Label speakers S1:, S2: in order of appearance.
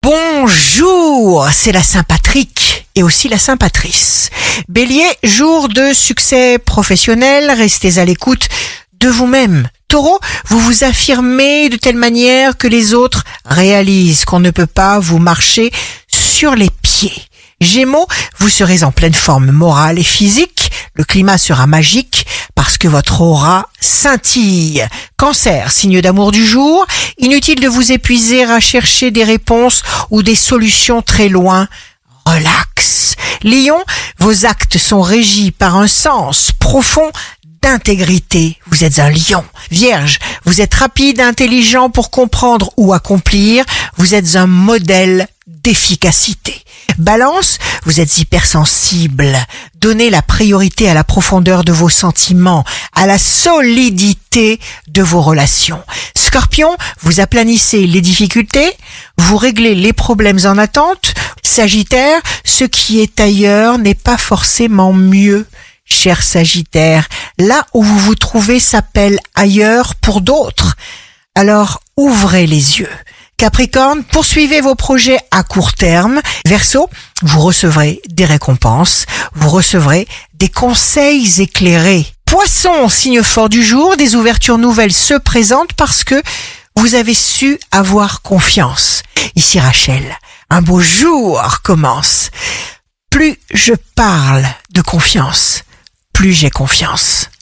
S1: Bonjour, c'est la Saint-Patrick et aussi la Saint-Patrice. Bélier, jour de succès professionnel, restez à l'écoute de vous-même. Taureau, vous vous affirmez de telle manière que les autres réalisent qu'on ne peut pas vous marcher sur les pieds. Gémeaux, vous serez en pleine forme morale et physique. Le climat sera magique parce que votre aura scintille. Cancer, signe d'amour du jour. Inutile de vous épuiser à chercher des réponses ou des solutions très loin. Relax. Lion, vos actes sont régis par un sens profond d'intégrité. Vous êtes un lion. Vierge, vous êtes rapide, intelligent pour comprendre ou accomplir. Vous êtes un modèle d'efficacité. Balance, vous êtes hypersensible. Donnez la priorité à la profondeur de vos sentiments, à la solidité de vos relations. Scorpion, vous aplanissez les difficultés, vous réglez les problèmes en attente. Sagittaire, ce qui est ailleurs n'est pas forcément mieux. Cher Sagittaire, là où vous vous trouvez s'appelle ailleurs pour d'autres. Alors ouvrez les yeux. Capricorne, poursuivez vos projets à court terme. Verseau, vous recevrez des récompenses, vous recevrez des conseils éclairés. Poisson, signe fort du jour, des ouvertures nouvelles se présentent parce que vous avez su avoir confiance. Ici Rachel, un beau jour commence. Plus je parle de confiance, plus j'ai confiance.